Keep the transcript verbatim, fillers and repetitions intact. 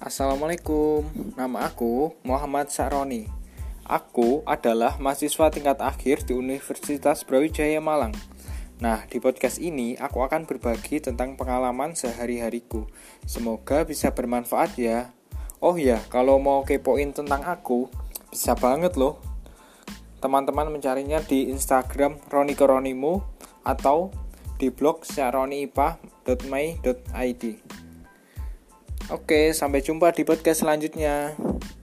Assalamualaikum, nama aku Muhammad Sakroni. Aku adalah mahasiswa tingkat akhir di Universitas Brawijaya Malang. Nah, di podcast ini aku akan berbagi tentang pengalaman sehari-hariku. Semoga bisa bermanfaat ya. Oh ya, kalau mau kepoin tentang aku, bisa banget loh. Teman-teman mencarinya di Instagram Roni Koronimu atau di blog sakroniipah dot my dot i d. Oke, sampai jumpa di podcast selanjutnya.